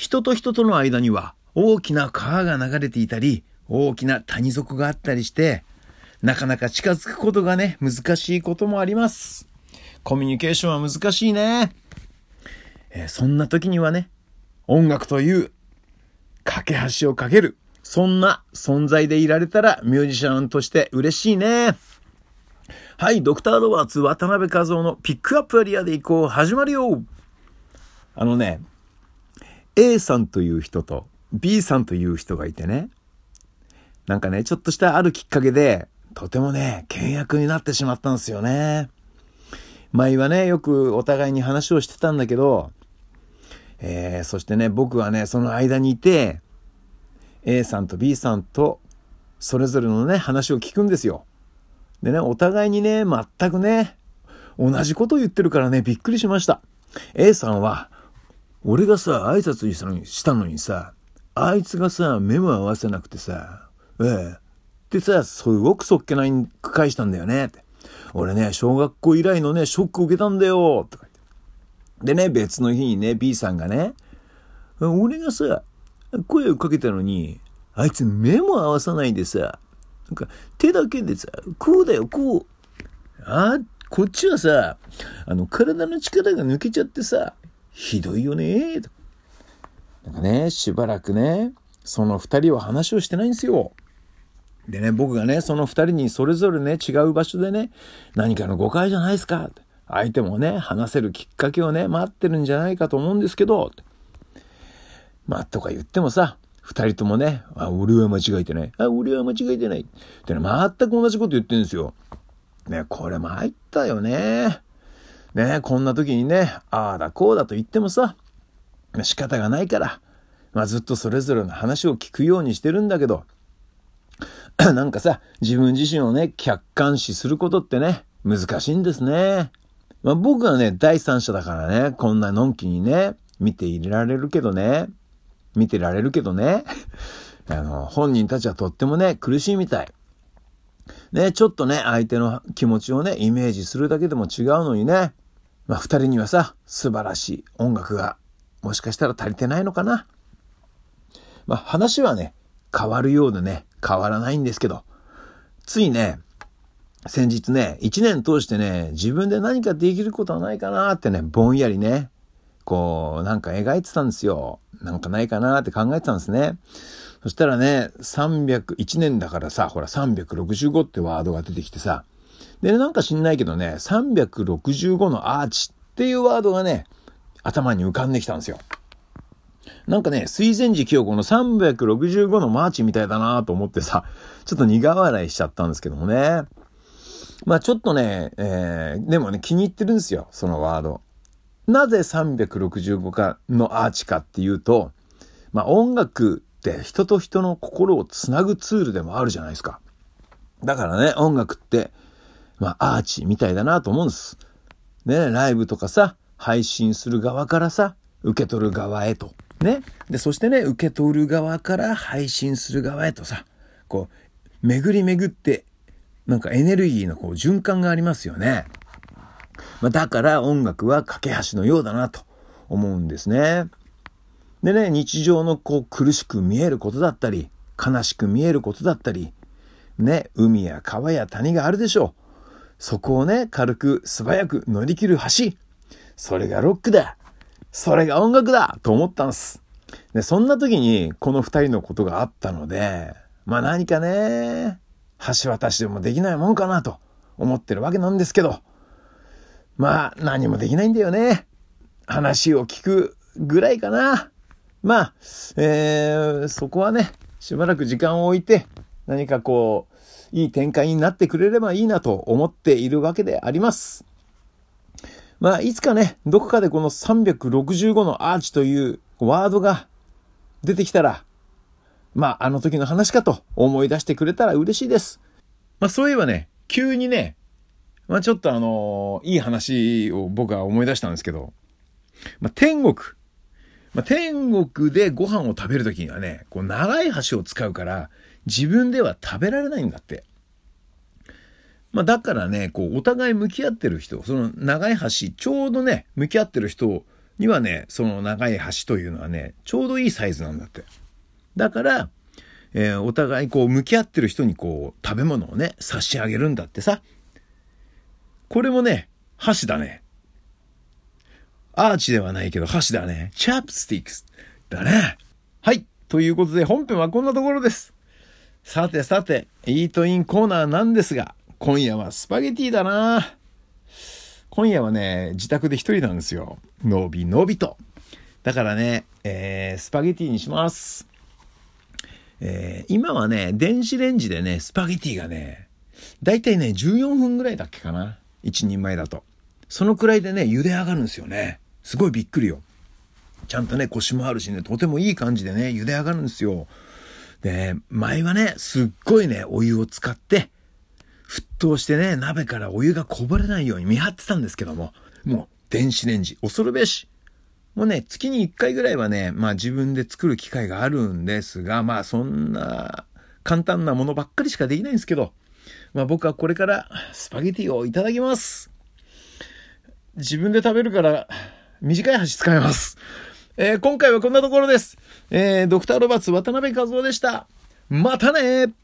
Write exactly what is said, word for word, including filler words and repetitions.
人と人との間には大きな川が流れていたり、大きな谷底があったりして、なかなか近づくことがね、難しいこともあります。コミュニケーションは難しいね。えー、そんな時にはね、音楽という架け橋を架ける、そんな存在でいられたらミュージシャンとして嬉しいね。はい、ドクターロバーツ渡辺和夫のピックアップエリアで行こう、始まるよ。あのね、A さんという人と B さんという人がいてね、なんかね、ちょっとしたあるきっかけで、とてもね、険悪になってしまったんですよね。前はね、よくお互いに話をしてたんだけど、えー、そしてね、僕はね、その間にいて、A さんと B さんと、それぞれのね、話を聞くんですよ。でね、お互いにね、全くね、同じことを言ってるからね、びっくりしました。A さんは、俺がさ、挨拶したのに、したのにさ、あいつがさ、目も合わせなくてさ、ええ。でさ、すごくそっけないに返したんだよねって。俺ね、小学校以来のね、ショックを受けたんだよとか言って。でね、別の日にね、B さんがね、俺がさ、声をかけたのに、あいつ目も合わさないでさ、なんか手だけでさ、こうだよ、こう。あ、こっちはさ、あの、体の力が抜けちゃってさ、ひどいよね。なんかね、しばらくね、その二人は話をしてないんですよ。でね、僕がね、その二人にそれぞれね、違う場所でね、何かの誤解じゃないですか。相手もね、話せるきっかけをね、待ってるんじゃないかと思うんですけど、まあ、とか言ってもさ、二人ともね、あ、俺は間違えてない。あ、俺は間違えてない。ってね、全く同じこと言ってるんですよ。ね、これ参ったよね。ね、こんな時にね、ああだこうだと言ってもさ、仕方がないから、まあずっとそれぞれの話を聞くようにしてるんだけど、なんかさ、自分自身をね、客観視することってね、難しいんですね。まあ僕はね、第三者だからね、こんなのんきにね、見ていられるけどね、見てられるけどね、あの、本人たちはとってもね、苦しいみたい。ね、ちょっとね、相手の気持ちをね、イメージするだけでも違うのにね、まあ二人にはさ、素晴らしい音楽が、もしかしたら足りてないのかな。まあ話はね、変わるようでね、変わらないんですけど、ついね、先日ね、一年通してね、自分で何かできることはないかなってね、ぼんやりね、こう、なんか描いてたんですよ。なんかないかなって考えてたんですね。そしたらね、さんびゃくいちねんだからさ、ほらさんびゃくろくじゅうごってワードが出てきてさ、で、なんか知んないけどね、さんびゃくろくじゅうごのアーチっていうワードがね、頭に浮かんできたんですよ。なんかね、水前寺清子のさんびゃくろくじゅうごのマーチみたいだなと思ってさ、ちょっと苦笑いしちゃったんですけどもね。まあちょっとね、えー、でもね、気に入ってるんですよ、そのワード。なぜさんびゃくろくじゅうごかのアーチかっていうと、まあ音楽って人と人の心をつなぐツールでもあるじゃないですか。だからね、音楽って、まあアーチみたいだなと思うんです。ね、ライブとかさ、配信する側からさ、受け取る側へと。ね。で、そしてね、受け取る側から配信する側へとさ、こう、巡り巡って、なんかエネルギーのこう循環がありますよね。まあ、だから音楽は架け橋のようだなと思うんですね。でね、日常のこう苦しく見えることだったり、悲しく見えることだったり、ね、海や川や谷があるでしょう。そこをね、軽く素早く乗り切る橋。それがロックだ。それが音楽だと思ったんです。で、そんな時にこの二人のことがあったので、まあ何かね、橋渡しでもできないもんかなと思ってるわけなんですけど、まあ何もできないんだよね。話を聞くぐらいかな。まあ、えー、そこはね、しばらく時間を置いて、何かこう、いい展開になってくれればいいなと思っているわけであります。まあ、いつかね、どこかでこのさんびゃくろくじゅうごのアーチというワードが出てきたら、まあ、あの時の話かと思い出してくれたら嬉しいです。まあ、そういえばね、急にね、まあ、ちょっとあのー、いい話を僕は思い出したんですけど、まあ、天国。まあ、天国でご飯を食べるときにはね、こう長い箸を使うから自分では食べられないんだって。まあ、だからね、こうお互い向き合ってる人、その長い箸ちょうどね向き合ってる人にはね、その長い箸というのはね、ちょうどいいサイズなんだって。だから、えー、お互いこう向き合ってる人にこう食べ物をね、差し上げるんだってさ。これもね、箸だね。アーチではないけど箸だね。チャップスティックスだね。はい。ということで本編はこんなところです。さてさて、イートインコーナーなんですが、今夜はスパゲティだな。今夜はね、自宅で一人なんですよ。のびのびと。だからね、えー、スパゲティにします。えー、今はね、電子レンジでね、スパゲティがね、だいたいね、じゅうよんふんぐらいだっけかな。一人前だと。そのくらいでね、茹で上がるんですよね。すごいびっくりよ。ちゃんとね、コシもあるしね、とてもいい感じでね、茹で上がるんですよ。で、前はね、すっごいね、お湯を使って、沸騰してね、鍋からお湯がこぼれないように見張ってたんですけども、もう電子レンジ、恐るべし。もうね、月にいっかいぐらいはね、まあ自分で作る機会があるんですが、まあそんな簡単なものばっかりしかできないんですけど、まあ僕はこれからスパゲティをいただきます。自分で食べるから短い箸使います。えー、今回はこんなところです。えー、ドクターロバーツ渡辺和夫でした。またねー。